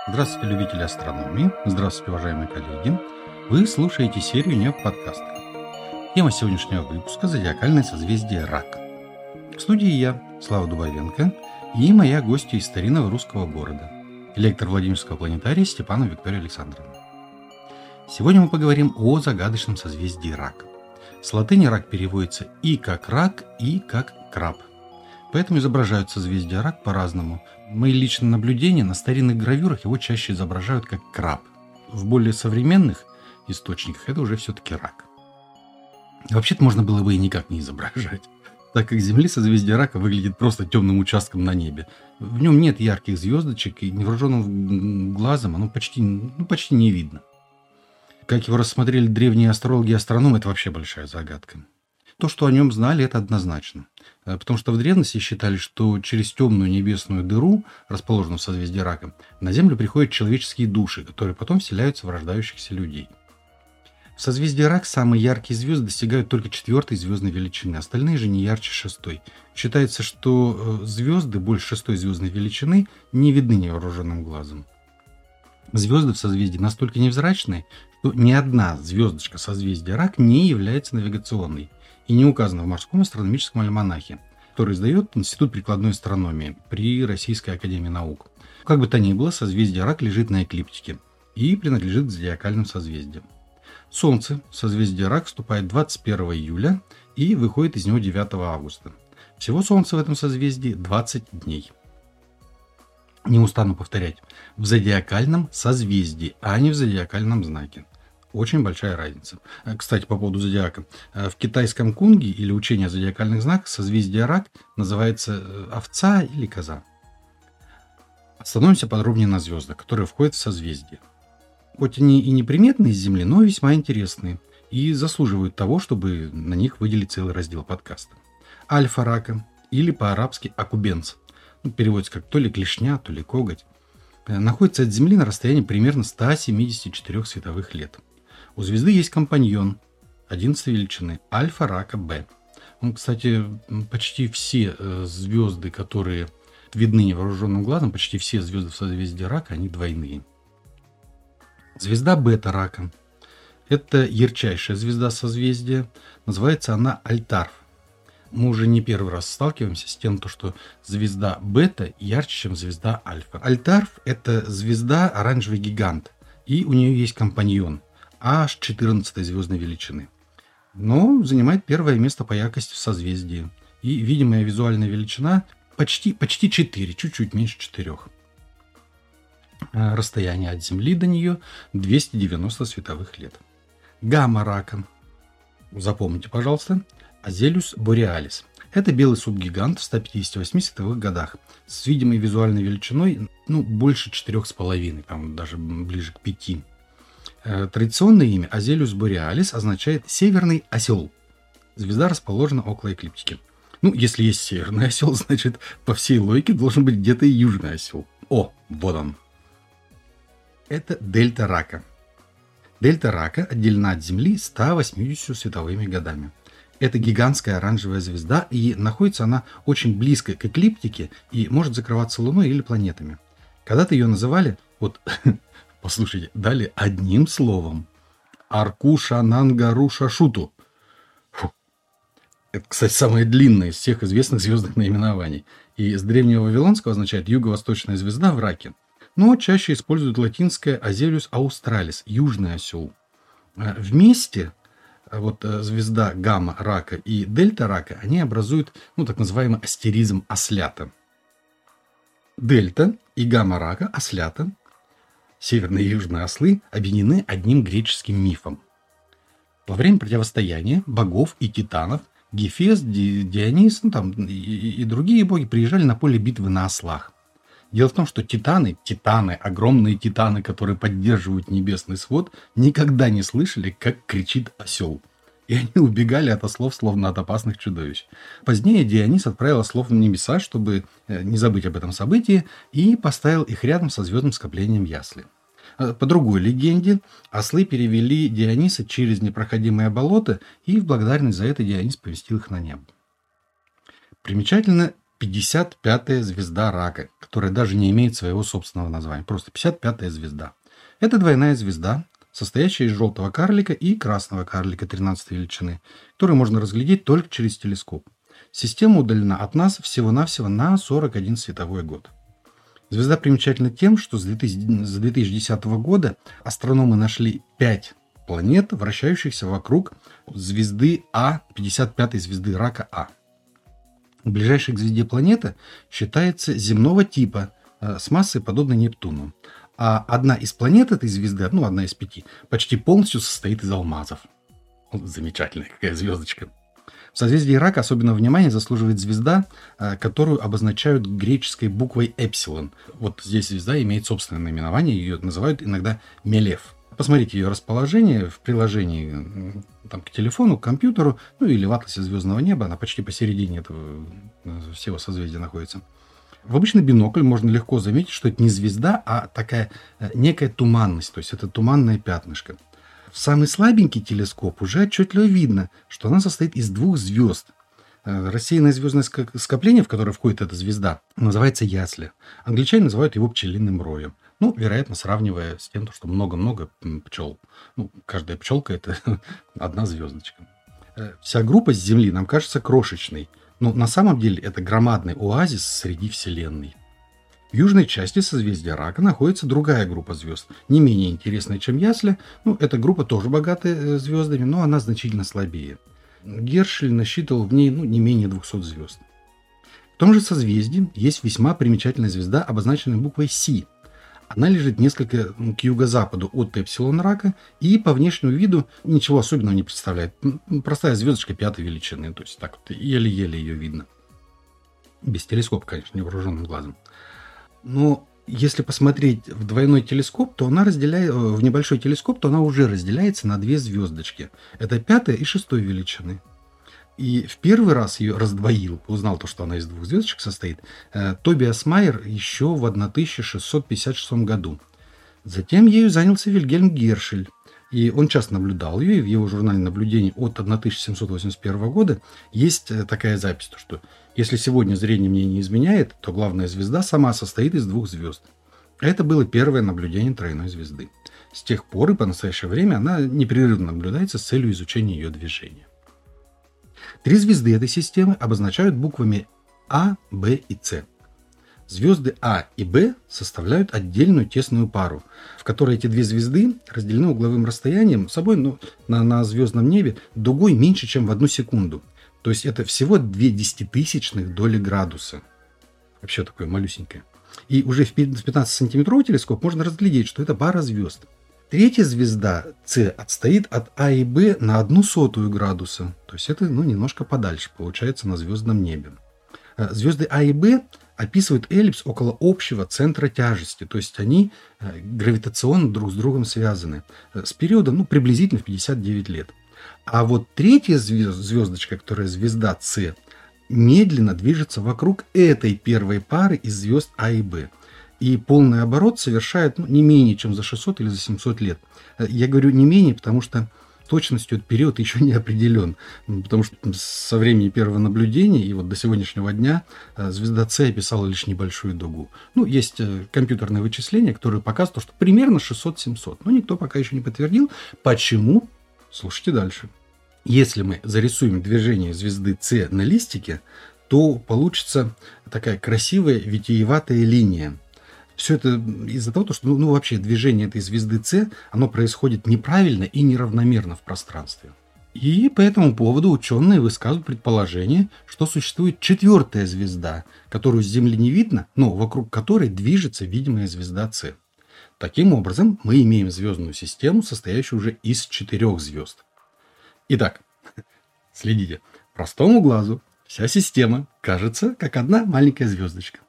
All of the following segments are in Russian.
Здравствуйте, любители астрономии. Здравствуйте, уважаемые коллеги. Вы слушаете серию «Неоподкастов». Тема сегодняшнего выпуска – зодиакальное созвездие Рак. В студии я, Слава Дубовенко, и моя гостья из старинного русского города, лектор Владимирского планетария Степанова Виктория Александровна. Сегодня мы поговорим о загадочном созвездии Рак. С латыни рак переводится и как рак, и как краб. Поэтому изображают созвездие Рак по-разному. Мои личные наблюдения: на старинных гравюрах его чаще изображают как краб. В более современных источниках это уже все-таки рак. Вообще-то можно было бы и никак не изображать, так как Земли созвездие Рака выглядит просто темным участком на небе. В нем нет ярких звездочек, и невооруженным глазом оно почти не видно. Как его рассмотрели древние астрологи и астрономы, это вообще большая загадка. То, что о нем знали, это однозначно. Потому что в древности считали, что через темную небесную дыру, расположенную в созвездии Рака, на Землю приходят человеческие души, которые потом вселяются в рождающихся людей. В созвездии Рак самые яркие звезды достигают только 4-й звездной величины, остальные же не ярче 6-й. Считается, что звезды больше 6-й звездной величины не видны невооруженным глазом. Звезды в созвездии настолько невзрачные, что ни одна звездочка созвездия Рак не является навигационной и не указана в морском астрономическом альманахе, который издает Институт прикладной астрономии при Российской академии наук. Как бы то ни было, созвездие Рак лежит на эклиптике и принадлежит к зодиакальным созвездиям. Солнце в созвездие Рак вступает 21 июля и выходит из него 9 августа. Всего Солнца в этом созвездии 20 дней. Не устану повторять, в зодиакальном созвездии, а не в зодиакальном знаке. Очень большая разница. Кстати, по поводу зодиака. В китайском кунге или учении о зодиакальных знаках созвездие Рак называется овца или коза. Остановимся подробнее на звездах, которые входят в созвездие. Хоть они и неприметные с Земли, но весьма интересные и заслуживают того, чтобы на них выделить целый раздел подкаста. Альфа Рака, или по-арабски Акубенц, переводится как то ли клешня, то ли коготь, находится от Земли на расстоянии примерно 174 световых лет. У звезды есть компаньон 11 величины Альфа Рака Б. Кстати, почти все звезды, которые видны невооруженным глазом, почти все звезды в созвездии Рака, они двойные. Звезда Бета Рака – это ярчайшая звезда созвездия. Называется она Альтарф. Мы уже не первый раз сталкиваемся с тем, что звезда Бета ярче, чем звезда Альфа. Альтарф – это звезда оранжевый гигант, и у нее есть компаньон аж 14-й звездной величины. Но занимает первое место по яркости в созвездии. И видимая визуальная величина почти 4, чуть-чуть меньше 4. Расстояние от Земли до нее 290 световых лет. Гамма Рака. Запомните, пожалуйста, Азелиус Бореалис. Это белый субгигант в 158 световых годах с видимой визуальной величиной больше 4,5, там даже ближе к 5. Традиционное имя Азелиус Бореалис означает «северный осел». Звезда расположена около эклиптики. Если есть северный осел, значит, по всей логике должен быть где-то и южный осел. О, вот он. Это Дельта Рака. Дельта Рака отделена от Земли 180 световыми годами. Это гигантская оранжевая звезда, и находится она очень близко к эклиптике и может закрываться Луной или планетами. Когда-то ее называли, послушайте, дали одним словом: Аркушанангарушашуту. Это, кстати, самое длинное из всех известных звездных наименований. И с древнего вавилонского означает юго-восточная звезда в Раке. Но чаще используют латинское Азелиус Аустралис, южный осел. Вместе звезда Гамма Рака и Дельта Рака, они образуют так называемый астеризм ослята. Дельта и Гамма Рака, ослята, северные и южные ослы, объединены одним греческим мифом. Во время противостояния богов и титанов Гефест, Дионис и другие боги приезжали на поле битвы на ослах. Дело в том, что титаны, огромные титаны, которые поддерживают небесный свод, никогда не слышали, как кричит осел. И они убегали от ослов, словно от опасных чудовищ. Позднее Дионис отправил ослов в небеса, чтобы не забыть об этом событии, и поставил их рядом со звездным скоплением Ясли. По другой легенде, ослы перевели Диониса через непроходимое болото, и в благодарность за это Дионис поместил их на небо. Примечательно 55-я звезда Рака, которая даже не имеет своего собственного названия. Просто 55-я звезда. Это двойная звезда, состоящая из желтого карлика и красного карлика 13 величины, которую можно разглядеть только через телескоп. Система удалена от нас всего-навсего на 41 световой год. Звезда примечательна тем, что с 2010 года астрономы нашли 5 планет, вращающихся вокруг звезды А, 55-й звезды Рака А. Ближайшая к звезде планета считается земного типа, с массой, подобной Нептуну. А одна из планет этой звезды, одна из 5, почти полностью состоит из алмазов. Замечательная какая звездочка. В созвездии Рака особенного внимания заслуживает звезда, которую обозначают греческой буквой Эпсилон. Вот здесь звезда имеет собственное наименование, ее называют иногда Мелев. Посмотрите ее расположение в приложении к телефону, к компьютеру, или в атласе звездного неба. Она почти посередине этого всего созвездия находится. В обычный бинокль можно легко заметить, что это не звезда, а такая некая туманность, то есть это туманное пятнышко. В самый слабенький телескоп уже отчетливо видно, что она состоит из 2 звезд. Рассеянное звездное скопление, в которое входит эта звезда, называется ясли. Англичане называют его пчелиным роем. Вероятно, сравнивая с тем, что много-много пчел. Каждая пчелка – это одна звездочка. Вся группа с Земли нам кажется крошечной, но на самом деле это громадный оазис среди Вселенной. В южной части созвездия Рака находится другая группа звезд, не менее интересная, чем ясли. Эта группа тоже богатая звездами, но она значительно слабее. Гершель насчитывал в ней не менее 200 звезд. В том же созвездии есть весьма примечательная звезда, обозначенная буквой Си. Она лежит несколько к юго-западу от Эпсилон Рака и по внешнему виду ничего особенного не представляет. Простая звездочка 5-й величины, то есть так вот еле-еле ее видно. Без телескопа, конечно, невооруженным глазом. Но если посмотреть в двойной телескоп, то она в небольшой телескоп, то она уже разделяется на 2 звездочки. Это 5-я и 6-й величины. И в первый раз ее раздвоил, узнал то, что она из 2 звездочек состоит, Тобиас Майер еще в 1656 году. Затем ею занялся Вильгельм Гершель. И он часто наблюдал ее, и в его журнале наблюдений от 1781 года есть такая запись, что если сегодня зрение мне не изменяет, то главная звезда сама состоит из 2 звезд. Это было первое наблюдение тройной звезды. С тех пор и по настоящее время она непрерывно наблюдается с целью изучения ее движения. 3 звезды этой системы обозначают буквами А, Б и С. Звезды А и Б составляют отдельную тесную пару, в которой эти 2 звезды разделены угловым расстоянием собой на звездном небе дугой меньше, чем в 1 секунду. То есть это всего 0,02 доли градуса. Вообще такое малюсенькое. И уже в 15-сантиметровый телескоп можно разглядеть, что это пара звезд. 3-я звезда С отстоит от А и Б на 0,01 градуса. То есть это немножко подальше, получается, на звездном небе. Звезды А и Б описывают эллипс около общего центра тяжести. То есть они гравитационно друг с другом связаны. С периодом приблизительно в 59 лет. А вот 3-я звездочка, которая звезда С, медленно движется вокруг этой первой пары из звезд А и Б. И полный оборот совершает не менее, чем за 600 или за 700 лет. Я говорю не менее, потому что точностью этот период еще не определен. Потому что со времени первого наблюдения и вот до сегодняшнего дня звезда С описала лишь небольшую дугу. Есть компьютерные вычисления, которые показывают, что примерно 600-700. Но никто пока еще не подтвердил. Почему? Слушайте дальше. Если мы зарисуем движение звезды С на листике, то получится такая красивая витиеватая линия. Все это из-за того, что вообще движение этой звезды С, оно происходит неправильно и неравномерно в пространстве. И по этому поводу ученые высказывают предположение, что существует 4-я звезда, которую с Земли не видно, но вокруг которой движется видимая звезда С. Таким образом, мы имеем звездную систему, состоящую уже из 4 звезд. Итак, следите, простому глазу вся система кажется как одна маленькая звездочка.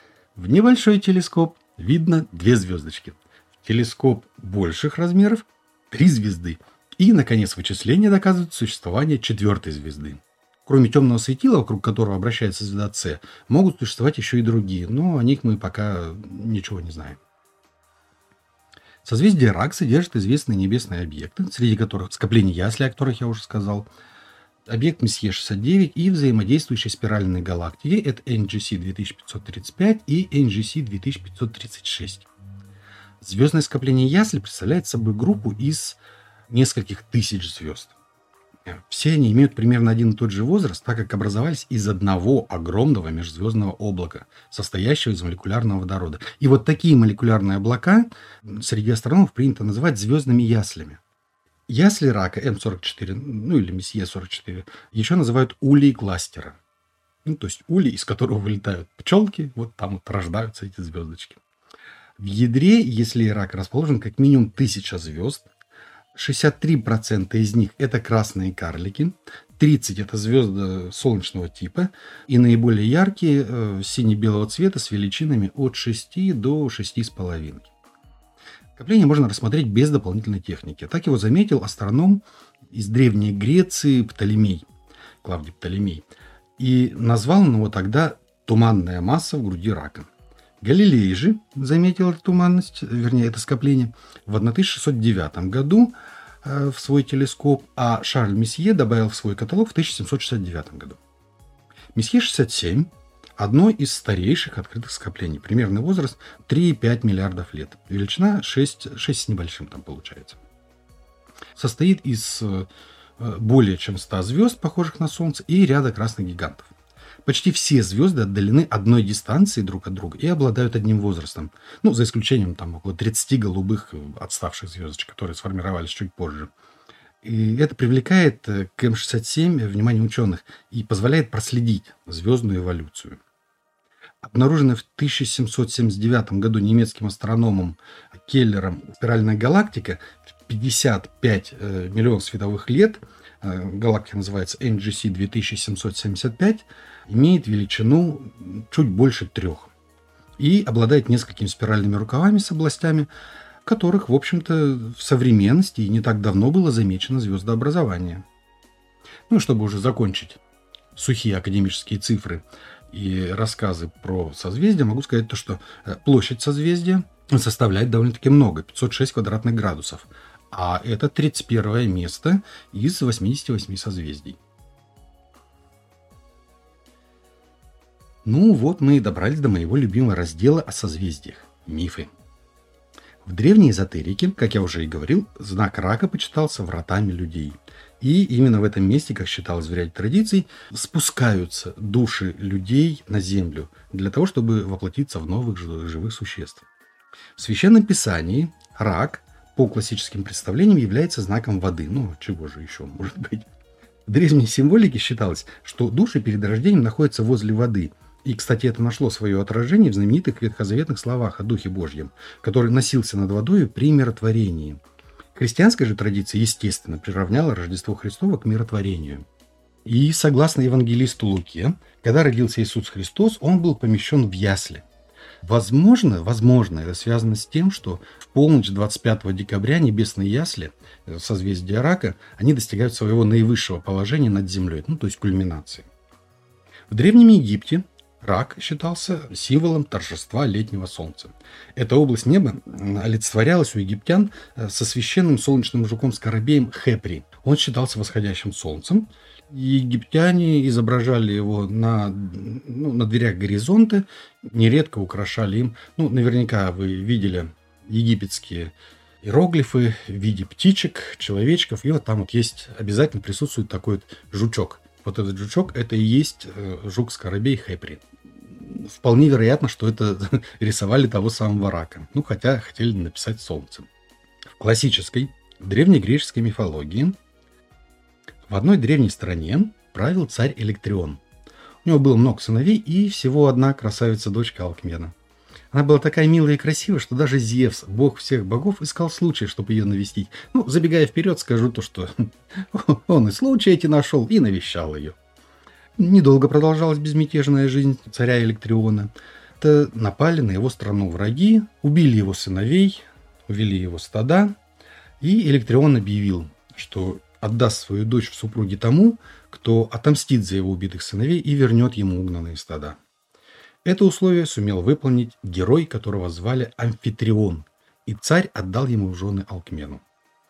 В небольшой телескоп видно 2 звездочки. В телескоп больших размеров 3 звезды. И, наконец, вычисления доказывают существование 4-й звезды. Кроме темного светила, вокруг которого обращается звезда С, могут существовать еще и другие, но о них мы пока ничего не знаем. Созвездие Рак содержит известные небесные объекты, среди которых скопление ясли, о которых я уже сказал. объект Месье-69 и взаимодействующие спиральные галактики. Это NGC 2535 и NGC 2536. Звездное скопление Ясли представляет собой группу из нескольких тысяч звезд. Все они имеют примерно один и тот же возраст, так как образовались из одного огромного межзвездного облака, состоящего из молекулярного водорода. И вот такие молекулярные облака среди астрономов принято называть звездными яслями. Ясли рака М44, или Месье-44, еще называют улей кластера. То есть улей, из которого вылетают пчелки, вот там вот рождаются эти звездочки. В ядре яслей рака расположен как минимум 1000 звезд. 63% из них – это красные карлики, 30% – это звезды солнечного типа, и наиболее яркие сине-белого цвета с величинами от 6 до 6,5. Скопление можно рассмотреть без дополнительной техники. Так его заметил астроном из Древней Греции Птолемей, Клавдий Птолемей, и назвал он его тогда «туманная масса в груди рака». Галилей же заметил эту туманность, вернее, это скопление, в 1609 году в свой телескоп, а Шарль Месье добавил в свой каталог в 1769 году. Месье-67 – одно из старейших открытых скоплений. Примерный возраст 3,5 миллиардов лет. Величина 6 с небольшим там получается. Состоит из более чем 100 звезд, похожих на Солнце, и ряда красных гигантов. Почти все звезды отдалены одной дистанции друг от друга и обладают одним возрастом. За исключением там около 30 голубых отставших звездочек, которые сформировались чуть позже. И это привлекает к М67 внимание ученых и позволяет проследить звездную эволюцию. Обнаруженная в 1779 году немецким астрономом Келлером спиральная галактика в 55 миллионов световых лет, галактика называется NGC 2775, имеет величину чуть больше 3 и обладает несколькими спиральными рукавами с областями, в которых, в общем-то, в современности и не так давно было замечено звездообразование. Чтобы уже закончить сухие академические цифры и рассказы про созвездия, могу сказать то, что площадь созвездия составляет довольно-таки много, 506 квадратных градусов, а это 31 место из 88 созвездий. Вот мы и добрались до моего любимого раздела о созвездиях – мифы. В древней эзотерике, как я уже и говорил, знак рака почитался вратами людей. И именно в этом месте, как считалось в ряде традиций, спускаются души людей на землю для того, чтобы воплотиться в новых живых существ. В Священном Писании рак, по классическим представлениям, является знаком воды. Чего же еще может быть? В древней символике считалось, что души перед рождением находятся возле воды. И, кстати, это нашло свое отражение в знаменитых ветхозаветных словах о Духе Божьем, который носился над водой при миротворении. Христианская же традиция, естественно, приравняла Рождество Христово к миротворению. И, согласно евангелисту Луке, когда родился Иисус Христос, он был помещен в ясли. Возможно, это связано с тем, что в полночь 25 декабря небесные ясли, созвездия рака, они достигают своего наивысшего положения над землей, то есть кульминации. В Древнем Египте рак считался символом торжества летнего солнца. Эта область неба олицетворялась у египтян со священным солнечным жуком-скоробеем Хепри. Он считался восходящим солнцем. Египтяне изображали его на дверях горизонта, нередко украшали им. Наверняка вы видели египетские иероглифы в виде птичек, человечков. И вот там есть, обязательно присутствует такой жучок. Вот этот жучок – это и есть жук-скоробей Хепри. Вполне вероятно, что это рисовали того самого рака. Хотя хотели написать солнце. В классической древнегреческой мифологии в одной древней стране правил царь Электрион. У него было много сыновей и всего одна красавица-дочка Алкмена. Она была такая милая и красивая, что даже Зевс, бог всех богов, искал случай, чтобы ее навестить. Забегая вперед, скажу то, что он и случай эти нашел, и навещал ее. Недолго продолжалась безмятежная жизнь царя Электриона. Это напали на его страну враги, убили его сыновей, увели его стада, и Электрион объявил, что отдаст свою дочь в супруги тому, кто отомстит за его убитых сыновей и вернет ему угнанные стада. Это условие сумел выполнить герой, которого звали Амфитрион, и царь отдал ему в жены Алкмену.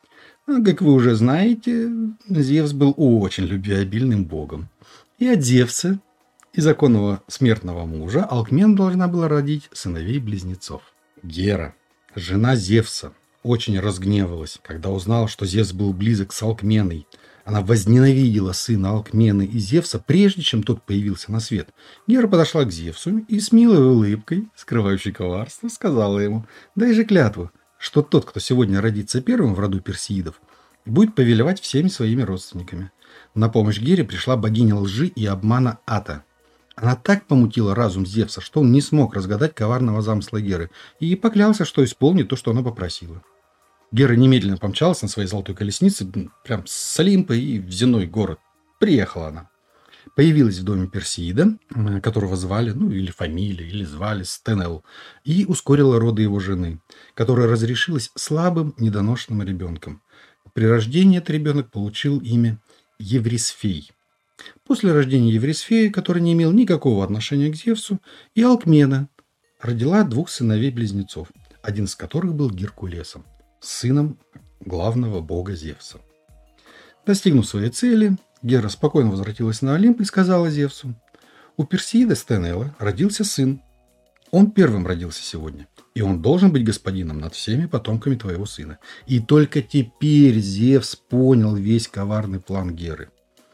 Как вы уже знаете, Зевс был очень любвеобильным богом. И от Зевса, и законного смертного мужа, Алкмена должна была родить сыновей-близнецов. Гера, жена Зевса, очень разгневалась, когда узнала, что Зевс был близок с Алкменой. Она возненавидела сына Алкмены и Зевса, прежде чем тот появился на свет. Гера подошла к Зевсу и с милой улыбкой, скрывающей коварство, сказала ему: «Дай же клятву, что тот, кто сегодня родится первым в роду персеидов, будет повелевать всеми своими родственниками». На помощь Гере пришла богиня лжи и обмана Ата. Она так помутила разум Зевса, что он не смог разгадать коварного замысла Геры и поклялся, что исполнит то, что она попросила. Гера немедленно помчалась на своей золотой колеснице прям с Олимпа и в земной город. Приехала она. Появилась в доме Персеида, которого звали, или фамилия, или звали Стенел, и ускорила роды его жены, которая разрешилась слабым, недоношенным ребенком. При рождении этот ребенок получил имя Еврисфей. После рождения Еврисфея, который не имел никакого отношения к Зевсу, и Алкмена родила 2 сыновей-близнецов, один из которых был Геркулесом, сыном главного бога Зевса. Достигнув своей цели, Гера спокойно возвратилась на Олимп и сказала Зевсу: «У Персеида Стенела родился сын. Он первым родился сегодня, и он должен быть господином над всеми потомками твоего сына». И только теперь Зевс понял весь коварный план Геры.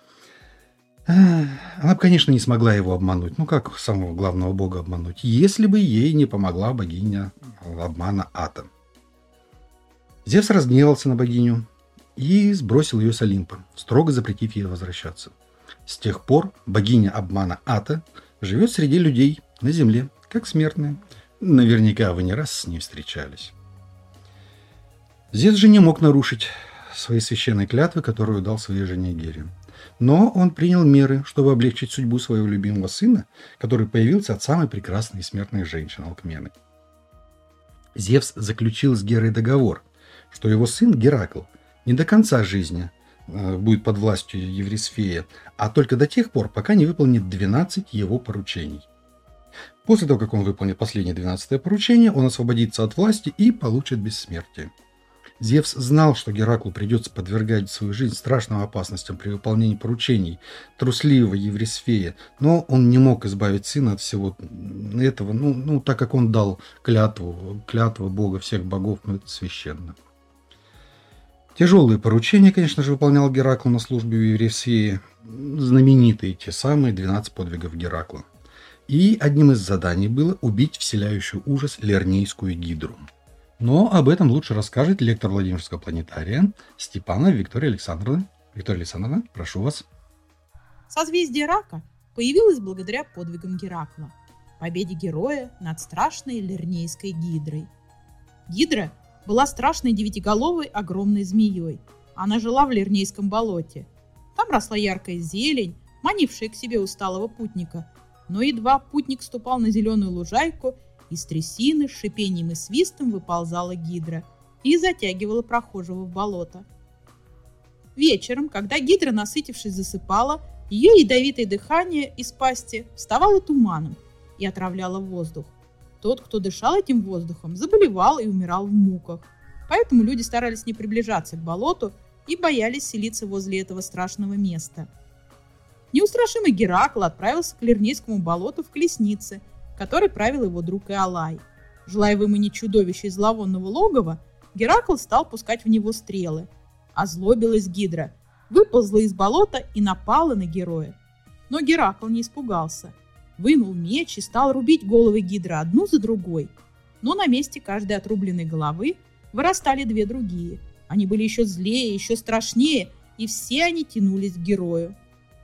Она бы, конечно, не смогла его обмануть. Как самого главного бога обмануть, если бы ей не помогла богиня обмана Ата. Зевс разгневался на богиню и сбросил ее с Олимпа, строго запретив ей возвращаться. С тех пор богиня обмана Ата живет среди людей на земле, как смертная. Наверняка вы не раз с ней встречались. Зевс же не мог нарушить свои священные клятвы, которую дал своей жене Гере. Но он принял меры, чтобы облегчить судьбу своего любимого сына, который появился от самой прекрасной и смертной женщины Алкмены. Зевс заключил с Герой договор, что его сын Геракл не до конца жизни будет под властью Еврисфея, а только до тех пор, пока не выполнит 12 его поручений. После того, как он выполнит последнее 12-е поручение, он освободится от власти и получит бессмертие. Зевс знал, что Гераклу придется подвергать свою жизнь страшным опасностям при выполнении поручений трусливого Еврисфея, но он не мог избавить сына от всего этого, так как он дал клятву бога всех богов, это священно. Тяжелые поручения, конечно же, выполнял Геракл на службе у Еврисфея, знаменитые те самые 12 подвигов Геракла. И одним из заданий было убить вселяющую ужас Лернейскую гидру. Но об этом лучше расскажет лектор Владимирского планетария Степанова Виктория Александровна. Виктория Александровна, прошу вас. Созвездие Рака появилось благодаря подвигам Геракла, победе героя над страшной Лернейской гидрой. Гидра была страшной девятиголовой огромной змеей. Она жила в Лернейском болоте. Там росла яркая зелень, манившая к себе усталого путника. Но едва путник ступал на зеленую лужайку, из трясины с шипением и свистом выползала гидра и затягивала прохожего в болото. Вечером, когда гидра, насытившись, засыпала, ее ядовитое дыхание из пасти вставало туманом и отравляло воздух. Тот, кто дышал этим воздухом, заболевал и умирал в муках. Поэтому люди старались не приближаться к болоту и боялись селиться возле этого страшного места. Неустрашимый Геракл отправился к Лернейскому болоту в колеснице, которой правил его друг Иолай. Желая выманить чудовище из зловонного логова, Геракл стал пускать в него стрелы. Озлобилась гидра, выползла из болота и напала на героя. Но Геракл не испугался. Вынул меч и стал рубить головы гидры одну за другой. Но на месте каждой отрубленной головы вырастали 2 другие. Они были еще злее, еще страшнее, и все они тянулись к герою.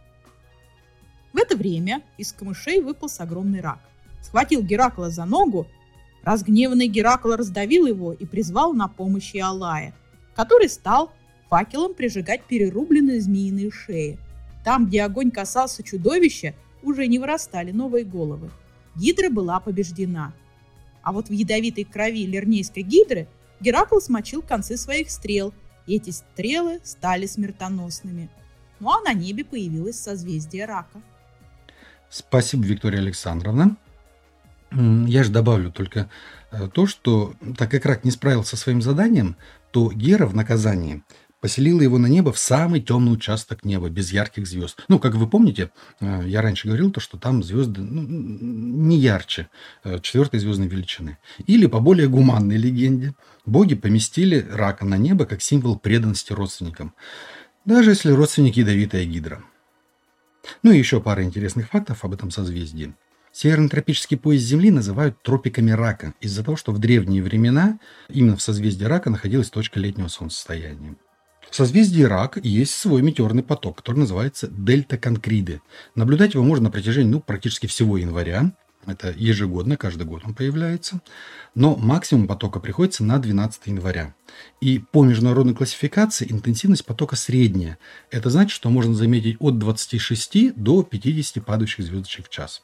В это время из камышей выполз огромный рак. Схватил Геракла за ногу. Разгневанный Геракл раздавил его и призвал на помощь Иолая, который стал факелом прижигать перерубленные змеиные шеи. Там, где огонь касался чудовища, уже не вырастали новые головы. Гидра была побеждена. А вот в ядовитой крови Лернейской гидры Геракл смочил концы своих стрел, и эти стрелы стали смертоносными. Ну а на небе появилось созвездие Рака. Спасибо, Виктория Александровна. Я же добавлю только то, что так как Рак не справился со своим заданием, то Гера в наказании поселила его на небо в самый темный участок неба, без ярких звезд. Ну, как вы помните, я раньше говорил, что там звезды не ярче четвертой звездной величины. Или по более гуманной легенде, боги поместили рака на небо как символ преданности родственникам, даже если родственник ядовитая гидра. Ну и еще пара интересных фактов об этом созвездии. Северный тропический пояс Земли называют тропиками рака из-за того, что в древние времена именно в созвездии рака находилась точка летнего солнцестояния. В созвездии Рак есть свой метеорный поток, который называется дельта Конкриды. Наблюдать его можно на протяжении практически всего января. Это ежегодно, каждый год он появляется. Но максимум потока приходится на 12 января. И по международной классификации интенсивность потока средняя. Это значит, что можно заметить от 26 до 50 падающих звездочек в час.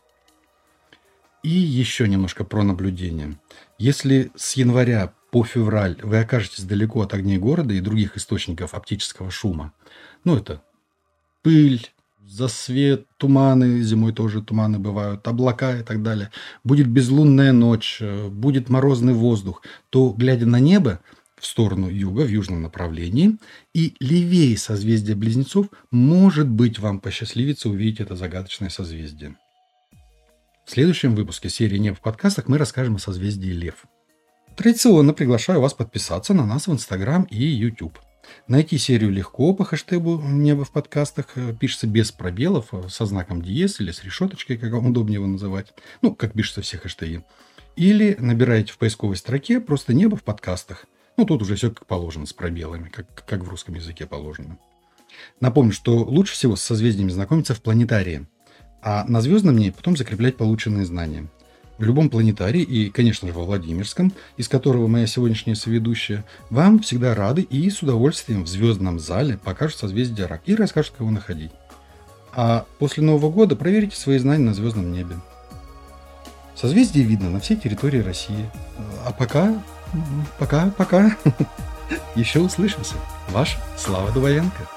И еще немножко про наблюдение. Если с января по февраль вы окажетесь далеко от огней города и других источников оптического шума, это пыль, засвет, туманы, зимой тоже туманы бывают, облака и так далее, будет безлунная ночь, будет морозный воздух, то, глядя на небо в сторону юга, в южном направлении, и левее созвездия Близнецов, может быть, вам посчастливится увидеть это загадочное созвездие. В следующем выпуске серии «Небо в подкастах» мы расскажем о созвездии Лев. Традиционно приглашаю вас подписаться на нас в Instagram и YouTube. Найти серию легко по хэштегу «Небо в подкастах». Пишется без пробелов, со знаком диез или с решеточкой, как вам удобнее его называть. Как пишутся все хэштеги. Или набираете в поисковой строке просто «Небо в подкастах». Тут уже все как положено, с пробелами, как в русском языке положено. Напомню, что лучше всего с созвездиями знакомиться в планетарии, а на звездном небе потом закреплять полученные знания. В любом планетарии и, конечно же, во Владимирском, из которого моя сегодняшняя соведущая, вам всегда рады и с удовольствием в звездном зале покажут созвездие Рак и расскажут, как его находить. А после Нового года проверите свои знания на звездном небе. Созвездие видно на всей территории России. А пока. Еще услышимся. Ваш Слава Дубовенко.